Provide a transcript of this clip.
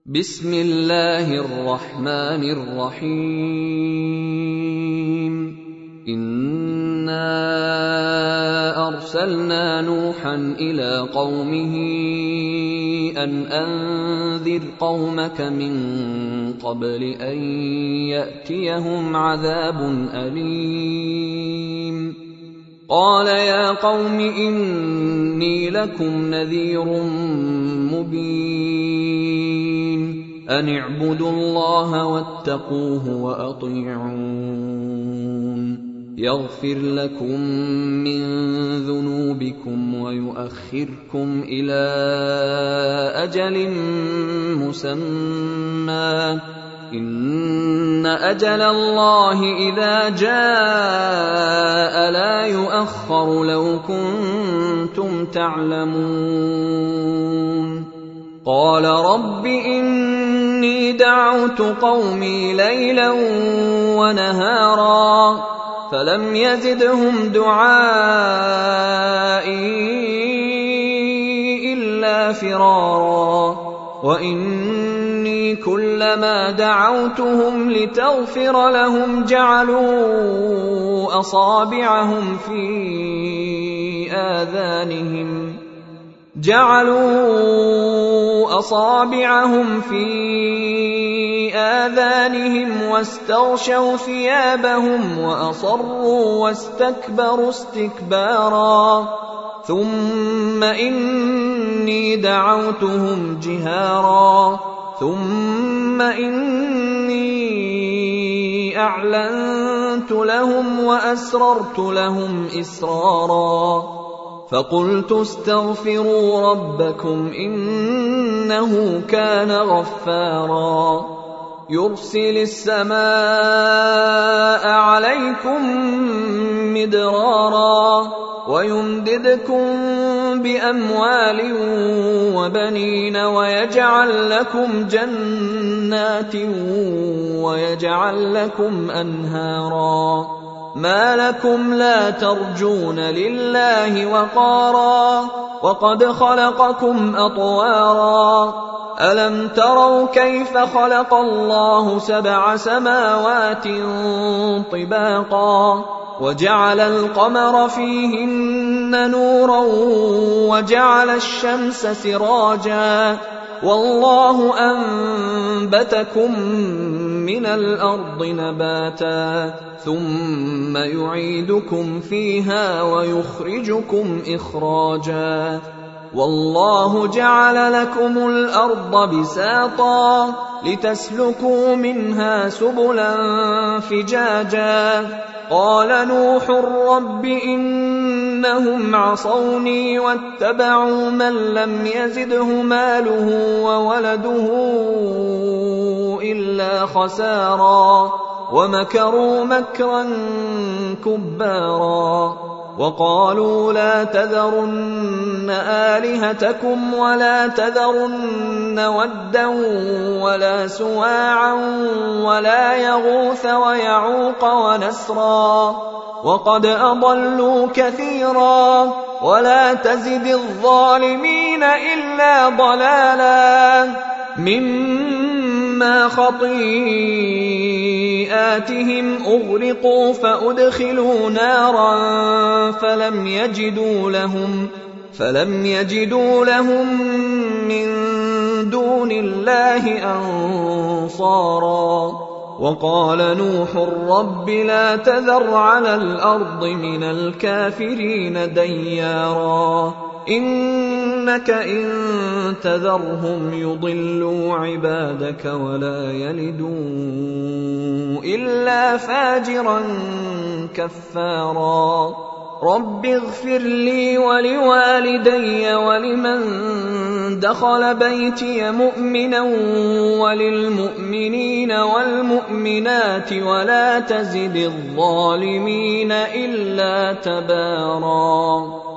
بسم الله الرحمن الرحيم. إنا أرسلنا نوحا إلى قومه أن أنذر قومك من قبل أن يأتيهم عذاب أليم. قال يا قوم إني لكم نذير مبين، أن اعبدوا الله واتقوه وأطيعون، يغفر لكم من ذنوبكم ويؤخركم إلى أجل مسمى، إن أجل الله إذا جاء لا يؤخر لو كنتم تعلمون. قال رب إني دعوت قومي ليلا ونهارا فلم يزدهم دعائي إلا فرارا، وإني كلما دعوتهم لتغفر لهم جعلوا أصابعهم في آذانهم واستغشوا ثيابهم وأصروا واستكبروا استكبارا، ثم إني دعوتهم جهارا ثم إني أعلنت لهم وأسررت لهم إسرارا، فقلت استغفروا ربكم إنه كان غفارا، يرسل السماء عليكم مدرارا ويمددكم بأموال وبنين ويجعل لكم جنات ويجعل لكم أنهارا، ما لكم لا ترجون لله وقارا وقد خلقكم أطوارا، ألم تروا كيف خلق الله 7 سماوات طباقا وجعل القمر فيهن نورا وجعل الشمس سراجا، والله أنبتكم من الأرض نباتا ثم يعيدكم فيها ويخرجكم إخراجا، والله جعل لكم الأرض بساطا لتسلكوا منها سبلا فجاجا. قال نوح رب إنهم عصوني واتبعوا من لم يزده ماله وولده إلا خسارا، ومكروا مكرا كبارا، وقالوا لا تذرن آلهتكم ولا تذرن ودا ولا سواعا ولا يغوث ويعوق ونسرا، وقد أضلوا كثيرا، ولا تزد الظالمين إلا ضلالا، مما خطيئاتهم أغرقوا فأدخلوا نارا فلم يجدوا لهم من دون الله أنصارا. وقال نوح رب لا تذر على الأرض من الكافرين ديارا، إنك إن تذرهم يضلوا عبادك ولا يلدوا إلا فاجرا كفارا. رب اغفر لي ولوالدي ولمن دخل بيتي مؤمنا وللمؤمنين والمؤمنات ولا تزد الظالمين إلا تبارا.